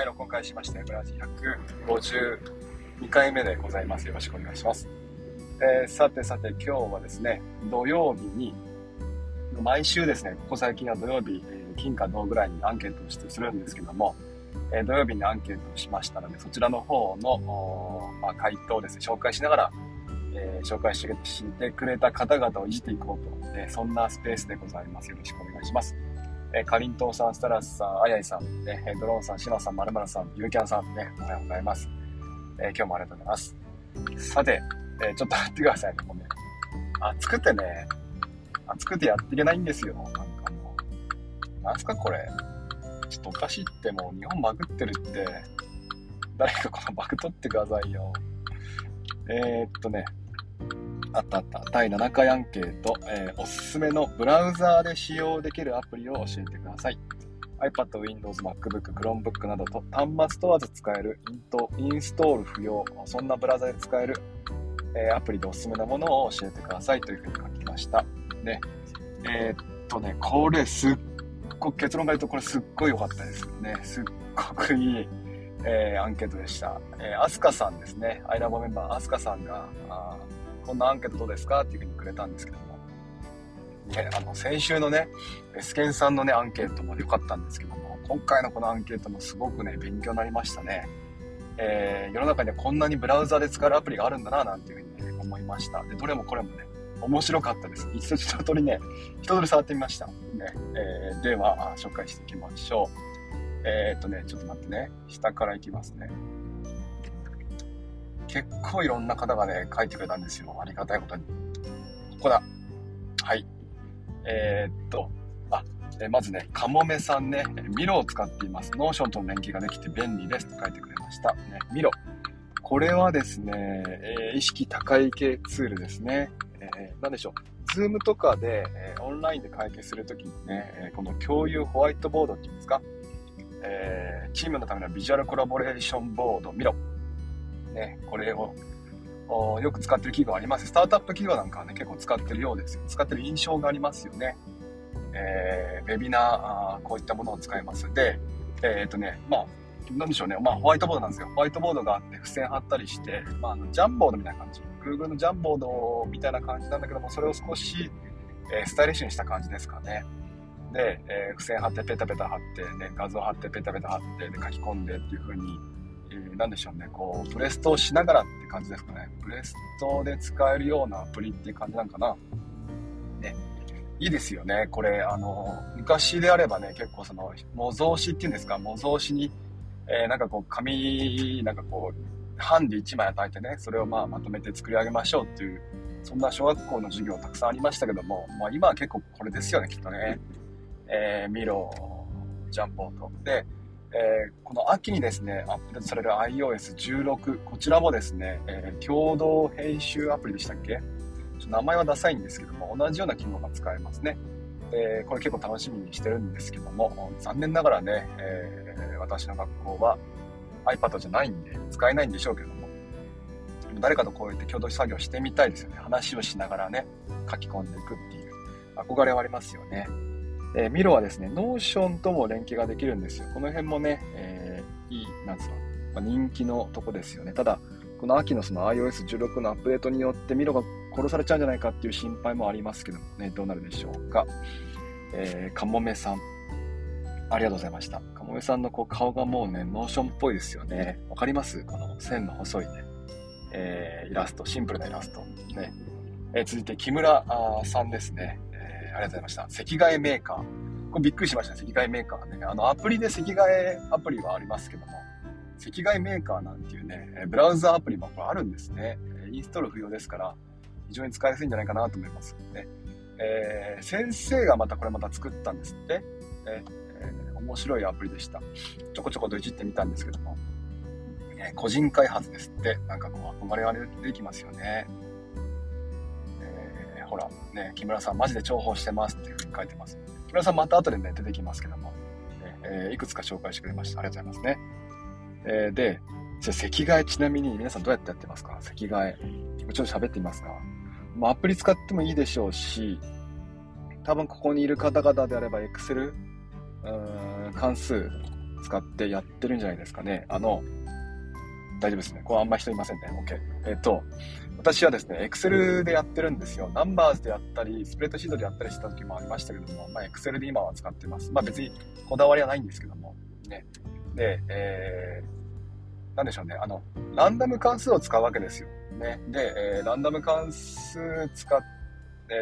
はい、録音開始しまして、ブラジ152回目でございます。よろしくお願いします。さて、今日はですね、土曜日に、毎週ですね、ここ最近は土曜日、金か土ぐらいにアンケートをするんですけども、土曜日にアンケートをしましたので、そちらの方の、回答をですね、紹介しながら、紹介してくれた方々をいじっていこうと、そんなスペースでございます。よろしくお願いします。かりんとうさん、スタラスさん、あやいさん、ドローンさん、しまさん、まるまるさん、ゆうきゃんさん、おはようございます。今日もありがとうございます。さて、ちょっと待ってくださいね、もうね。暑くてやっていけないんですよ。なんかもう、なんすかこれ。ちょっとおかしいって、もう日本バグってるって、誰かこのバグ取ってくださいよ。あった第7回アンケート、おすすめのブラウザーで使用できるアプリを教えてください。 iPad、Windows、MacBook、Chromebook などと端末問わず使えるインストール不要、そんなブラウザで使える、アプリでおすすめなものを教えてくださいというふうに書きましたね。これ結論から言うとこれすっごい良かったですね。すっごくいい、アンケートでした。アスカさんですね。アイラボメンバーアスカさんがこんなアンケートどうですかっていうふうにくれたんですけども、先週のねエスケンさんのねアンケートも良かったんですけども、今回のこのアンケートもすごくね勉強になりましたね。世の中にはこんなにブラウザで使えるアプリがあるんだななんていうふうに、ね、思いました。でどれもこれもね面白かったです。一通り触ってみました、では紹介していきましょう。ちょっと待ってね、下からいきますね。結構いろんな方がね書いてくれたんですよ。ありがたいことに。ここだ。はい。まずね、かもめさんね、ミロを使っています。ノーションとの連携ができて便利ですと書いてくれました。ね、ミロ。これはですね、意識高い系ツールですね。なんでしょう。ズームとかで、オンラインで会計するときにね、この共有ホワイトボードっていうんですか、チームのためのビジュアルコラボレーションボード、ミロ。ね、これをよく使ってる企業あります。スタートアップ企業なんかはね結構使ってるようですよ。使ってる印象がありますよね。ウェビナーこういったものを使います。で、なんでしょうね、ホワイトボードなんですよ。ホワイトボードがあって付箋貼ったりして、ジャンボードみたいな感じ、 Google のジャンボードみたいな感じなんだけども、それを少し、スタイリッシュにした感じですかね。で、付箋貼ってペタペタ貼ってね、画像貼ってペタペタ貼ってで書き込んでっていう風に、なんでしょうね、こうプレストをしながらって感じですかね。プレストで使えるようなアプリっていう感じなんかな。ね、いいですよね。これ昔であればね、結構その模造紙っていうんですか、模造紙に、なんかこう紙なんかこうハンデ1枚与えてね、それをまとめて作り上げましょうっていう、そんな小学校の授業たくさんありましたけども、今は結構これですよね、きっとね。ミロ、ジャンボードで、この秋にですねアップデートされる iOS16、 こちらもですね、共同編集アプリでしたっけ、名前はダサいんですけども同じような機能が使えますね。これ結構楽しみにしてるんですけども、残念ながらね、私の学校は iPad じゃないんで使えないんでしょうけども、誰かとこうやって共同作業してみたいですよね。話をしながらね書き込んでいくっていう憧れはありますよね。ミロはですね、ノーションとも連携ができるんですよ。この辺もね、なんですか、人気のとこですよね。ただ、この秋のその iOS16 のアップデートによってミロが殺されちゃうんじゃないかっていう心配もありますけどもね、どうなるでしょうか。かもめさん、ありがとうございました。かもめさんのこう顔がもうね、ノーションっぽいですよね。わかります？この線の細いね、イラスト、シンプルなイラスト。ね。続いて木村さんですね。ありがとうございました。席替えメーカー。これびっくりしました。席替えメーカーね。アプリで席替えアプリはありますけども、席替えメーカーなんていうね、ブラウザアプリもこれあるんですね。インストール不要ですから、非常に使いやすいんじゃないかなと思いますね。先生がまた作ったんですって。面白いアプリでした。ちょこちょこといじってみたんですけども、個人開発ですって。なんかこう憧れが出てきますよね。ほらね、木村さんマジで重宝してますっていう風に書いてます。木村さんまた後でね出てきますけども、いくつか紹介してくれました。ありがとうございますね。で、席替え、ちなみに皆さんどうやってやってますか？席替えちょっと喋ってみますか？アプリ使ってもいいでしょうし、多分ここにいる方々であれば Excel、関数使ってやってるんじゃないですかね。大丈夫ですね。これあんま人いませんね。OK。私はですね、Excel でやってるんですよ。ナンバーズでやったり、スプレッドシートでやったりした時もありましたけども、Excel で今は使ってます。別にこだわりはないんですけども。ね。で、なんでしょうね。ランダム関数を使うわけですよ。ね。で、ランダム関数使って、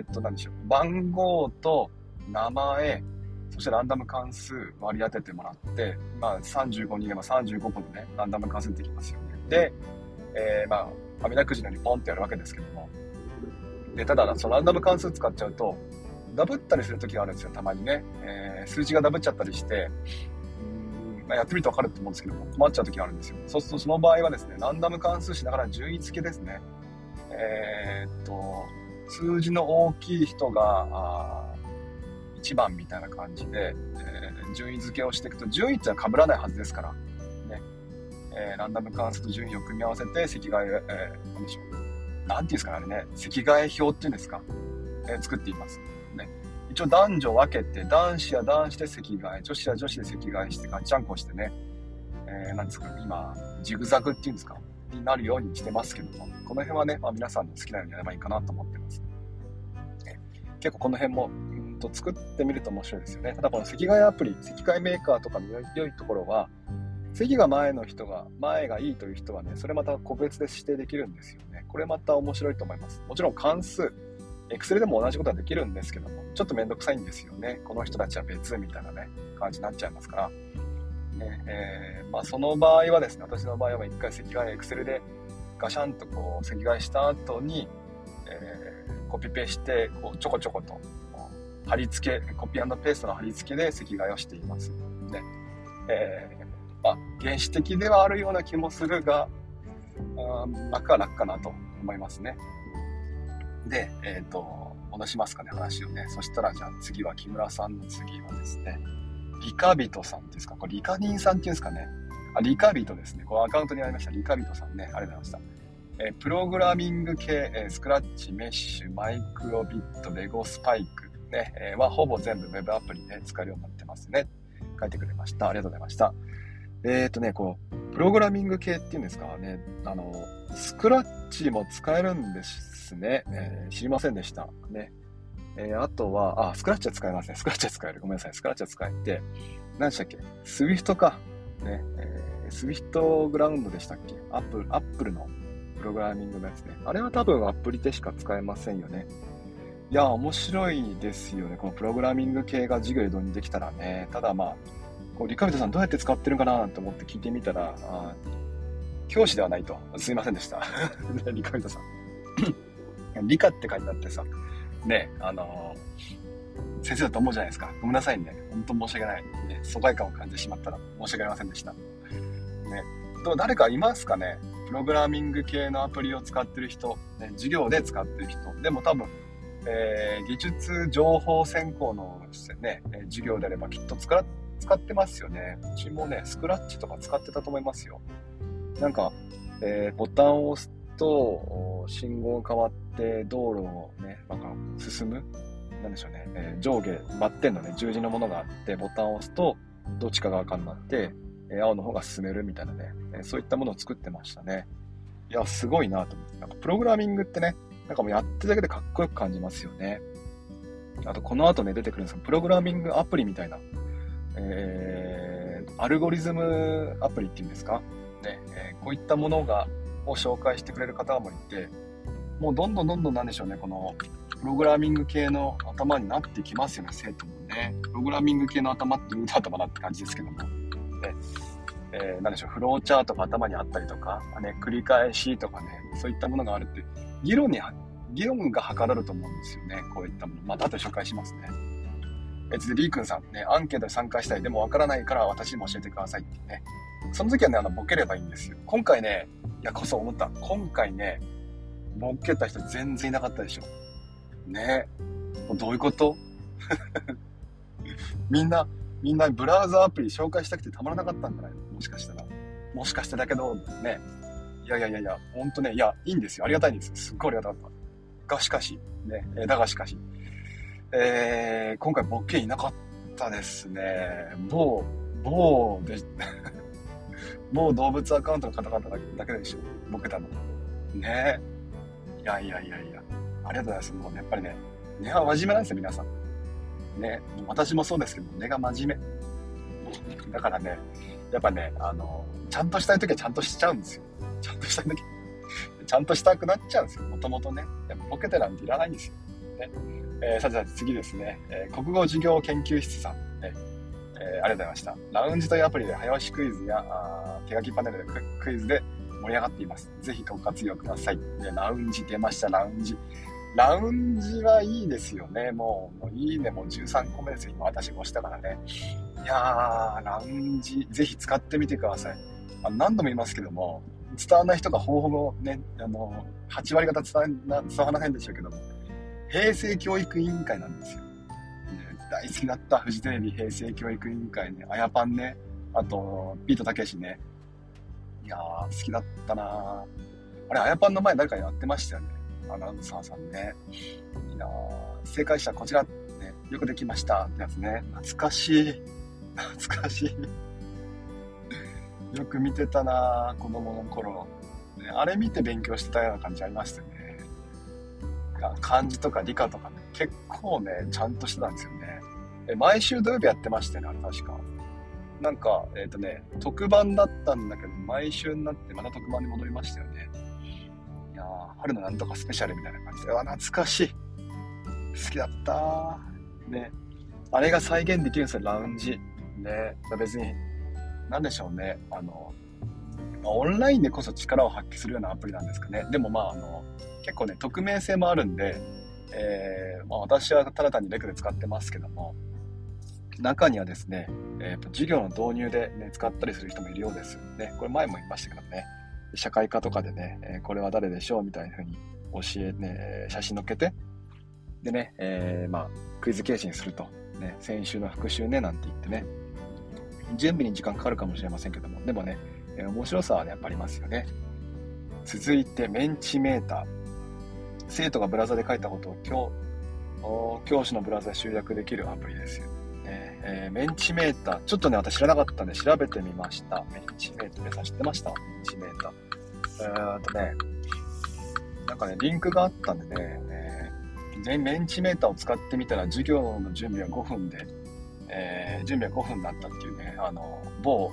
なんでしょう。番号と名前、そしてランダム関数割り当ててもらって、35人いれば35個でね、ランダム関数できますよね。で、網だくじのようにポンってやるわけですけども。で、ただ、そのランダム関数使っちゃうと、ダブったりする時があるんですよ、たまにね。数字がダブっちゃったりして、やってみると分かると思うんですけども、困っちゃう時があるんですよ。そうすると、その場合はですね、ランダム関数しながら順位付けですね。数字の大きい人が、1番みたいな感じで、順位付けをしていくと、順位ってのは被らないはずですから、ね。ランダム関数と順位を組み合わせて、なんでしょう。なんていうんですかね、あれね、席替え表っていうんですか、作っています。ね。一応男女分けて、男子は男子で席替え、女子は女子で席替えして、ガッチャンコしてね、なんですか、今、ジグザグっていうんですか、になるようにしてますけども、この辺はね、皆さんの好きなようにやればいいかなと思ってます。結構この辺も、作ってみると面白いですよね。ただこの席替えアプリ、席替えメーカーとかの良いところは、席が前の人が、前がいいという人はね、それまた個別で指定できるんですよね。これまた面白いと思います。もちろん関数、Excel でも同じことはできるんですけども、ちょっとめんどくさいんですよね。この人たちは別みたいなね、感じになっちゃいますから。ね、その場合はですね、私の場合は一回席替え Excel でガシャンとこう席替えした後に、コピペして、こうちょこちょこと、貼り付け、コピー&ペーストの貼り付けで席替えをしています。ね。原始的ではあるような気もするが、楽は楽かなと思いますね。で、戻しますかね、話をね。そしたら、じゃあ次は木村さんの次はですね、リカビトさんですか、これリカニンさんっていうんですかね。リカビトですね。このアカウントにありました、リカビトさんね。ありがとうございました。プログラミング系、スクラッチ、メッシュ、マイクロビット、レゴスパイク、ね、はほぼ全部ウェブアプリで使えるようになってますね。書いてくれました。ありがとうございました。プログラミング系っていうんですかね、スクラッチも使えるんですね。知りませんでした。ね。あとは、スクラッチは使えますね。スクラッチは使える。ごめんなさい。スクラッチは使えて、何でしたっけ？スウィフトか。ね。スウィフトグラウンドでしたっけ？アップルのプログラミングのやつね。あれは多分アプリでしか使えませんよね。いや、面白いですよね。このプログラミング系が授業で導入できたらね。ただリカビトさんどうやって使ってるかなと思って聞いてみたら、教師ではないと。すいませんでした。リカビトさん。理科って書いてあってさ、ね、先生だと思うじゃないですか。ごめんなさいね。本当申し訳ない。ね、疎外感を感じてしまったら申し訳ありませんでした。ね。誰かいますかね？プログラミング系のアプリを使ってる人、ね、授業で使ってる人。でも多分、技術情報専攻のね、授業であればきっと使ってますよね。うちもね、スクラッチとか使ってたと思いますよ。なんか、ボタンを押すと、信号が変わって道路をね、進む。なんでしょうね、上下、バッテンのね、十字のものがあって、ボタンを押すと、どっちかが赤になって、青の方が進めるみたいなね、そういったものを作ってましたね。いや、すごいなと思って。なんかプログラミングってね、なんかもうやってるだけでかっこよく感じますよね。あと、この後ね、出てくるんですが、プログラミングアプリみたいな、アルゴリズムアプリっていうんですかね、こういったものを紹介してくれる方もいて、もうどんどんなんでしょうね、このプログラミング系の頭になってきますよね、生徒もね。プログラミング系の頭って言うと頭だって感じですけども。なんでしょう、フローチャートが頭にあったりとか、ね、繰り返しとかね、そういったものがあるって、議論がはからると思うんですよね、こういったもの。また後で紹介しますね。続いてリー君さんね、アンケートに参加したい。でもわからないから私にも教えてくださいってね。その時はね、ボケればいいんですよ。今回ね、思った。今回ね、ボケた人全然いなかったでしょ。ね。どういうことみんなブラウザアプリ紹介したくてたまらなかったんじゃないの？もしかしたらだけど、ね。いや、ほんとね、いや、いいんですよ。ありがたいんですよ。すっごいありがたかった。がしかし、ね、今回ボケいなかったですね。某某で、某動物アカウントの方々だけでしょ、僕多分。ねえ。いやいやいやいや。ありがとうございます。もうね、やっぱりね、根は真面目なんですよ、皆さん。ね、私もそうですけど、根が真面目。だからね、やっぱね、ちゃんとしたいときはちゃんとしちゃうんですよ。ちゃんとしたいとき、ちゃんとしたくなっちゃうんですよ。もともとね。やっぱボケてなんていらないんですよ。ね。さてさて次ですね。国語授業研究室さん。ねありがとうございました。ラウンジというアプリで早押しクイズや手書きパネルでクイズで盛り上がっています。ぜひご活用ください。ラウンジ出ました、ラウンジ。ラウンジはいいですよね。もういいね、もう13個目ですよ。今私が押したからね。いやー、ラウンジ、ぜひ使ってみてください。何度も言いますけども、伝わらない人がほぼね、8割方伝わらないんでしょうけども、平成教育委員会なんですよ。大好きだった。フジテレビ平成教育委員会ね。あやパンね。あと、ビートたけしね。いやー、好きだったなー。あれ、あやパンの前誰かやってましたよね。アナウンサーさんね。いやー、正解者こちら。ね、よくできましたってやつね。懐かしい。懐かしい。よく見てたなー、子供の頃。ね、あれ見て勉強してたような感じありましたよね。漢字とか理科とかね、結構ね、ちゃんとしてたんですよね。毎週土曜日やってましたよね、あれ確か。なんか、特番だったんだけど、毎週になってまた特番に戻りましたよね。いやー、春のなんとかスペシャルみたいな感じで、懐かしい。好きだったー。ね。あれが再現できるんですよ、ラウンジ。ね。別に、なんでしょうね。オンラインでこそ力を発揮するようなアプリなんですかね。でも結構ね、匿名性もあるんで、私はただ単にレクで使ってますけども、中にはですね、授業の導入で、ね、使ったりする人もいるようです。ね、これ前も言いましたけどね、社会科とかでね、これは誰でしょうみたいな風に教えね、写真載っけて、でね、クイズ形式にすると、ね、先週の復習ねなんて言ってね、準備に時間かかるかもしれませんけども、でもね、面白さはね、やっぱありますよね。続いて、メンチメーター。生徒がブラウザで書いたことを教師のブラウザで集約できるアプリですよ。メンチメーター。ちょっとね、私知らなかったんで調べてみました。メンチメーター。皆さん知ってました？メンチメーター。なんかね、リンクがあったんでね、メンチメーターを使ってみたら授業の準備は5分で、準備は5分だったっていうね、某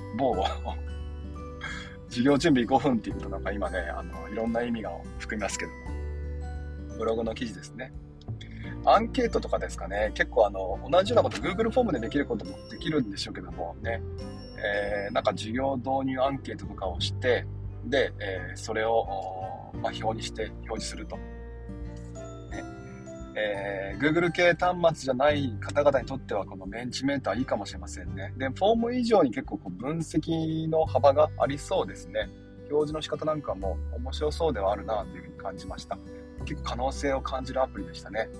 授業準備5分っていうとなんか今ね、いろんな意味が含みますけども、ブログの記事ですね。アンケートとかですかね、結構同じようなこと Google フォームでできることもできるんでしょうけどもね、なんか授業導入アンケートとかをして、で、それを、表にして表示すると。Google 系端末じゃない方々にとってはこのメンチメーターいいかもしれませんね。で、フォーム以上に結構こう分析の幅がありそうですね。表示の仕方なんかも面白そうではあるなというふうに感じました。結構可能性を感じるアプリでしたね。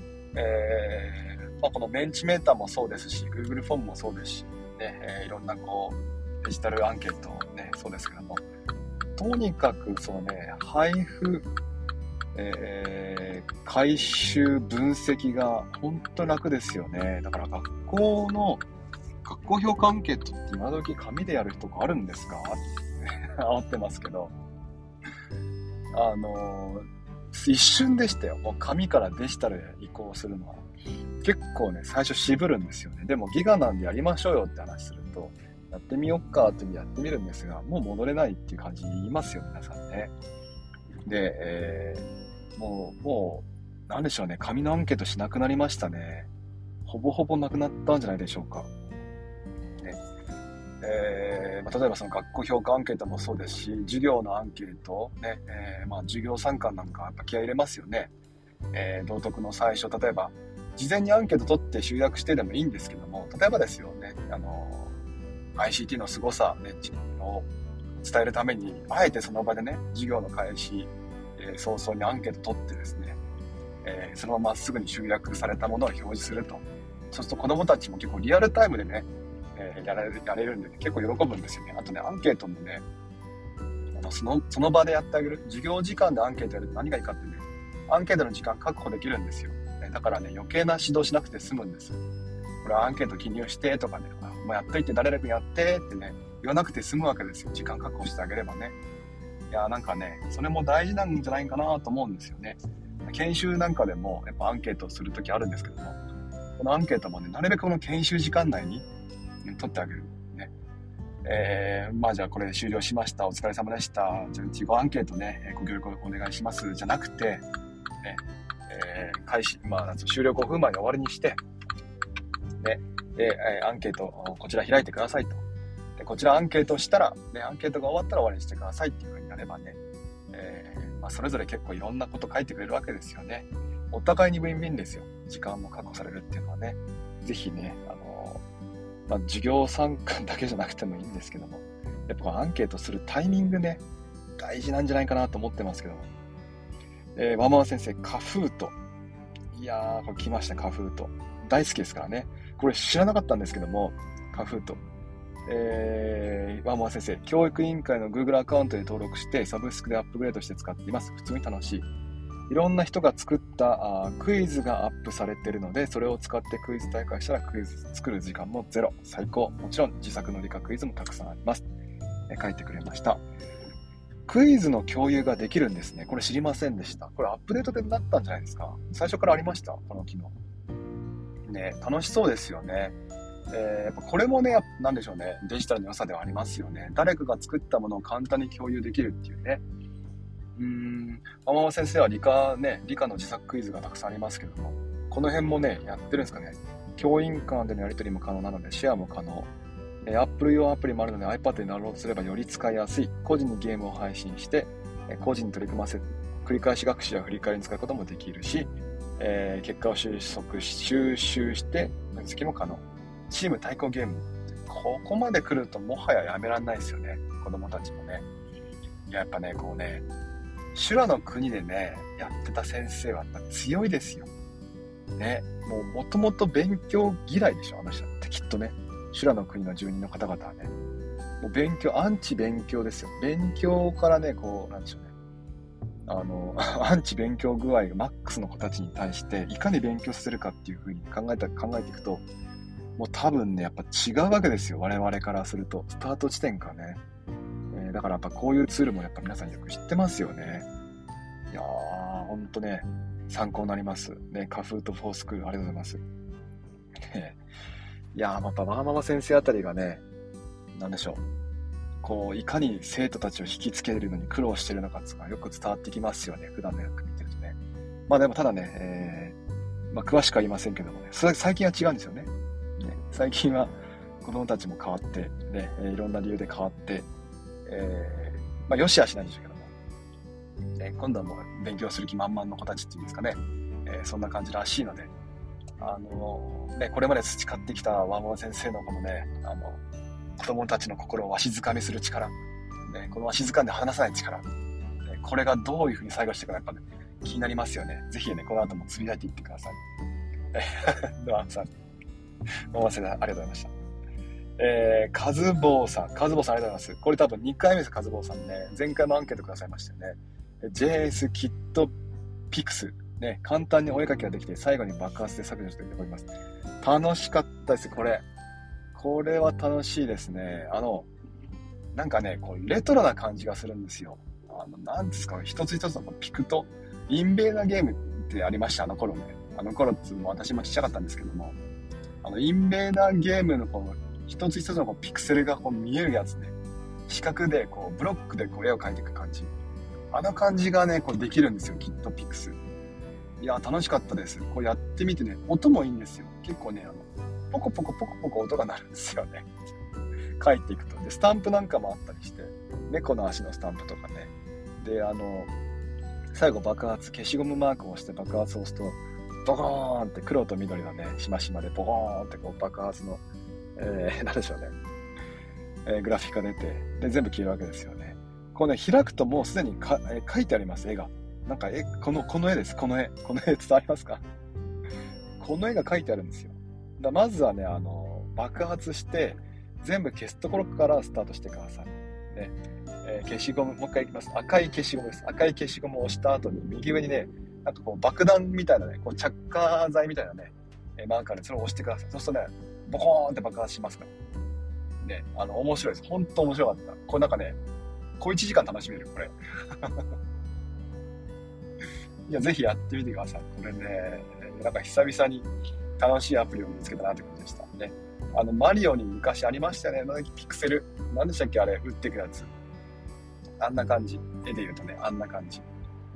このメンチメーターもそうですし、Google フォームもそうですし、ね、いろんなこうデジタルアンケートね、そうですけども、とにかくそのね、配布回収分析が本当楽ですよね。だから学校評価アンケートって今時紙でやる人があるんですかって思ってますけど、一瞬でしたよ。もう紙からデジタルへ移行するのは結構ね、最初渋るんですよね。でもギガなんでやりましょうよって話すると、やってみよっかってやってみるんですが、もう戻れないっていう感じ言いますよ、皆さんね。で、もう、なんでしょうね、紙のアンケートしなくなりましたね。ほぼほぼなくなったんじゃないでしょうか。ね。例えばその学校評価アンケートもそうですし、授業のアンケート、ね、授業参観なんかやっぱ気合い入れますよね。道徳の最初、例えば、事前にアンケート取って集約してでもいいんですけども、例えばですよね、ICT の凄さ、ね、を伝えるために、あえてその場でね、授業の開始、早々にアンケート取ってですね、そのまますぐに集約されたものを表示すると。そうすると子供たちも結構リアルタイムでね、やれるんで、ね、結構喜ぶんですよね。あとね、アンケートもね、その場でやってあげる。授業時間でアンケートやると何がいいかってね、アンケートの時間確保できるんですよ。だからね、余計な指導しなくて済むんです。これアンケート記入してとかね、 もうやっといて、誰々君やってってね、言わなくて済むわけですよ。時間確保してあげればね。いや、なんかね、それも大事なんじゃないかなと思うんですよね。研修なんかでも、やっぱアンケートをするときあるんですけども、このアンケートもね、なるべくこの研修時間内に、ね、取ってあげる。ね。じゃあこれ終了しました。お疲れ様でした。じゃあ自己アンケートね、ご協力お願いします。じゃなくて、ね、終了5分前に終わりにして、ね、アンケートこちら開いてくださいと。でこちらアンケートしたら、ね、アンケートが終わったら終わりにしてくださいっていう風になればね、それぞれ結構いろんなこと書いてくれるわけですよね。お互いにウィンウィンですよ。時間も確保されるっていうのはね。ぜひね、授業参観だけじゃなくてもいいんですけども、やっぱアンケートするタイミングね、大事なんじゃないかなと思ってますけども。ワンマン先生、カフート。いやー、これ来ました、カフート。大好きですからね。これ知らなかったんですけども、カフート。ワンマン先生、教育委員会の Google アカウントで登録してサブスクでアップグレードして使っています。普通に楽しい。いろんな人が作ったクイズがアップされているので、それを使ってクイズ大会したらクイズ作る時間もゼロ。最高。もちろん自作の理科クイズもたくさんあります。書いてくれました。クイズの共有ができるんですね。これ知りませんでした。これアップデートでなったんじゃないですか。最初からありましたこの機能。ね、楽しそうですよね。やっぱこれもね、なんでしょうね。デジタルの良さではありますよね。誰かが作ったものを簡単に共有できるっていうね。ママ先生は理科の自作クイズがたくさんありますけども、この辺もね、やってるんですかね。教員間でのやり取りも可能なので、シェアも可能。Apple 用アプリもあるので iPad にダウンロードすればより使いやすい。個人にゲームを配信して、個人に取り組ませ、繰り返し学習や振り返りに使うこともできるし、結果を収集して分析も可能。チーム対抗ゲーム。ここまで来るともはややめらんないですよね。子供たちもね。やっぱね、こうね、修羅の国でね、やってた先生はやっぱ強いですよ。ね。もともと勉強嫌いでしょ、あの人ってきっとね。修羅の国の住人の方々はね。もうアンチ勉強ですよ。勉強からね、こう、なんでしょうね。アンチ勉強具合がマックスの子たちに対して、いかに勉強させるかっていう風に考えていくと、もう多分ね、やっぱ違うわけですよ。我々からすると。スタート地点からね。だからやっぱこういうツールもやっぱ皆さんよく知ってますよね。いやー、ほんとね、参考になります。ね、カフーとフォースクール、ありがとうございます。いやー、やっぱワーママ先生あたりがね、なんでしょう。こう、いかに生徒たちを引きつけるのに苦労してるのかがよく伝わってきますよね。普段の役見てるとね。でもただね、詳しくは言いませんけどもね、最近は違うんですよね。最近は子供たちも変わって、ね、いろんな理由で変わって、よしあしなんでしょうけども、今度はもう勉強する気満々の子たちっていうんですかね、そんな感じらしいので、これまで培ってきたワンワン先生のこのね、子供たちの心をわしづかみする力、ね、このわしづかんで離さない力、これがどういうふうに作用していくかやっぱね、気になりますよね。ぜひね、この後もつぶやいていってください。では、ワンワン先生、ありがとうございました。カズボーさんありがとうございます。これ多分2回目です、カズボーさんね。前回もアンケートくださいましたよね。JS キットピクス。ね、簡単にお絵かきができて、最後に爆発で削除しております。楽しかったです、これ。これは楽しいですね。なんかね、こう、レトロな感じがするんですよ。なんですか、一つ一つのピクト、インベーダーゲームってありました、あの頃ね。あの頃って私もちっちゃかったんですけども、インベーダーゲームのこの一つ一つのこうピクセルがこう見えるやつね。四角でこうブロックでこう絵を描いていく感じ。あの感じがね、こうできるんですよ、きっとピクス。いや、楽しかったです。こうやってみてね、音もいいんですよ。結構ね、ポコポコポコポコ音が鳴るんですよね。描いていくと。で、スタンプなんかもあったりして、猫の足のスタンプとかね。で、最後爆発、消しゴムマークを押して爆発を押すと、ボコーンって黒と緑のね、しましまでボコーンってこう爆発の、なんでしょうね。グラフィックが出て、で、全部消えるわけですよね。こうね、開くともうすでに書いてあります、絵が。なんか、この絵です、この絵伝わりますか？この絵が書いてあるんですよ。まずはね、爆発して、全部消すところからスタートしてください。ね。消しゴム、もう一回いきます。赤い消しゴムです。赤い消しゴムを押した後に、右上にね、なんかこう爆弾みたいなね、こう着火剤みたいなね、マーカーでそれを押してください。そうするとね、ボコーンって爆発しますから。 ね、面白いです。本当面白かった。これなんかね、小1時間楽しめる、これ。いや、ぜひやってみてください。これね、なんか久々に楽しいアプリを見つけたなって感じでしたね。マリオに昔ありましたよね。ピクセル。何でしたっけあれ、打っていくやつ。あんな感じ。絵で言うとね、あんな感じ。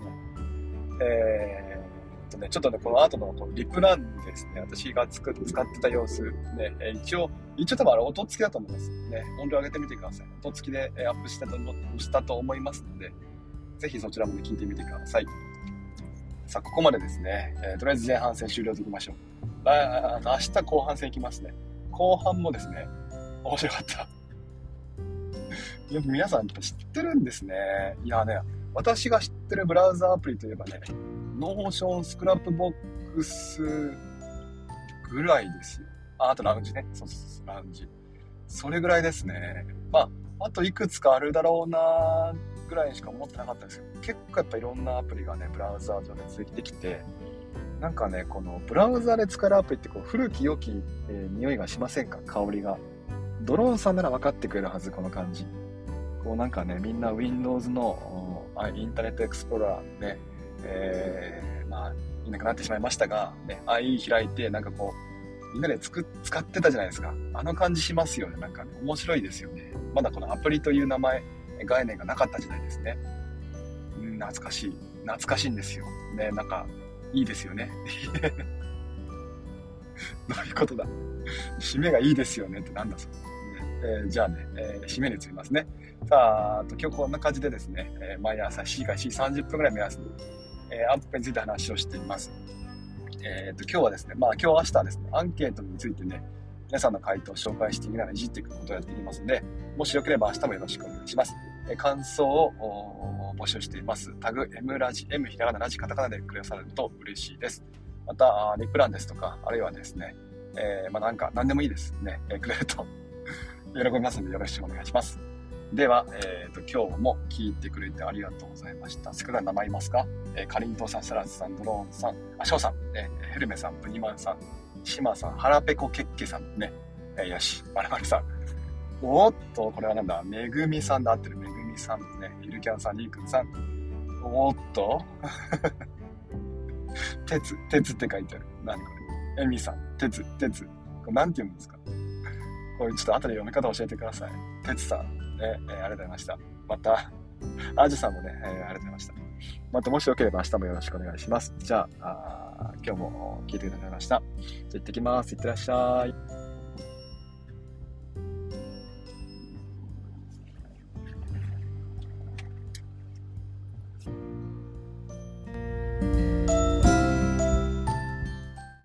ちょっとね、この後のこのリプランですね、私が使ってた様子、ね、一応多分音付きだと思います。ね、音量上げてみてください。音付きでアップしたと思いますので、ぜひそちらもね、聞いてみてください。さあ、ここまでですね、とりあえず前半戦終了でいきましょう。明日後半戦いきますね。後半もですね、面白かった。やっぱ皆さん知ってるんですね。いやね、私が知ってるブラウザアプリといえばね、ノーション、スクラップボックスぐらいですよ。あとラウンジね。そう、ラウンジ。それぐらいですね。あといくつかあるだろうなぐらいしか思ってなかったんですけど、結構やっぱいろんなアプリがね、ブラウザ上でできて、なんかね、このブラウザで使えるアプリってこう古き良き、匂いがしませんか？香りが。ドローンさんなら分かってくれるはず、この感じ。こうなんかね、みんな Windows のインターネットエクスプローラーね、いなくなってしまいましたが、ね、IE 開いて、なんかこう、みんなで使ってたじゃないですか。あの感じしますよね。なんかね、面白いですよね。まだこのアプリという名前、概念がなかった時代ですね。懐かしいんですよ。ね、なんか、いいですよね。どういうことだ。締めがいいですよねってなんだそれ。じゃあね、締めにつきますね。さあ、今日こんな感じでですね、毎朝7時から7時30分ぐらい目安に、アップについて話をしています。今日はですね、今日明日はですね、アンケートについてね、皆さんの回答を紹介していきながらいじっていくことをやっていきますので、もしよければ明日もよろしくお願いします。感想を募集しています。タグ M ラジ、M ひらがなラジカタカナでくださると嬉しいです。また、リプランですとか、あるいはですね、何でもいいですね、くれると喜びますのでよろしくお願いします。では、今日も聞いてくれてありがとうございました。せっかく名前言いますか？かりんとうさん、サラスさん、ドローンさん、ショウさん、ヘルメさん、プニマンさん、シマさん、ハラペコケッケさんね、よし、まるまるさん。おっと、これはなんだ、めぐみさんで合ってる、めぐみさんね、ゆるキャンさん、りーくんさん。おっとてつって書いてある。何これ。えみさん、てつ。これなんて読むんですか？これちょっと後で読み方教えてください。てつさん、ありがとうございました。また、あじさんもね、ありがとうございました。またもしよければ明日もよろしくお願いします。じゃあ、今日も聞いてくださいました。じゃあ行ってきます。いってらっしゃい。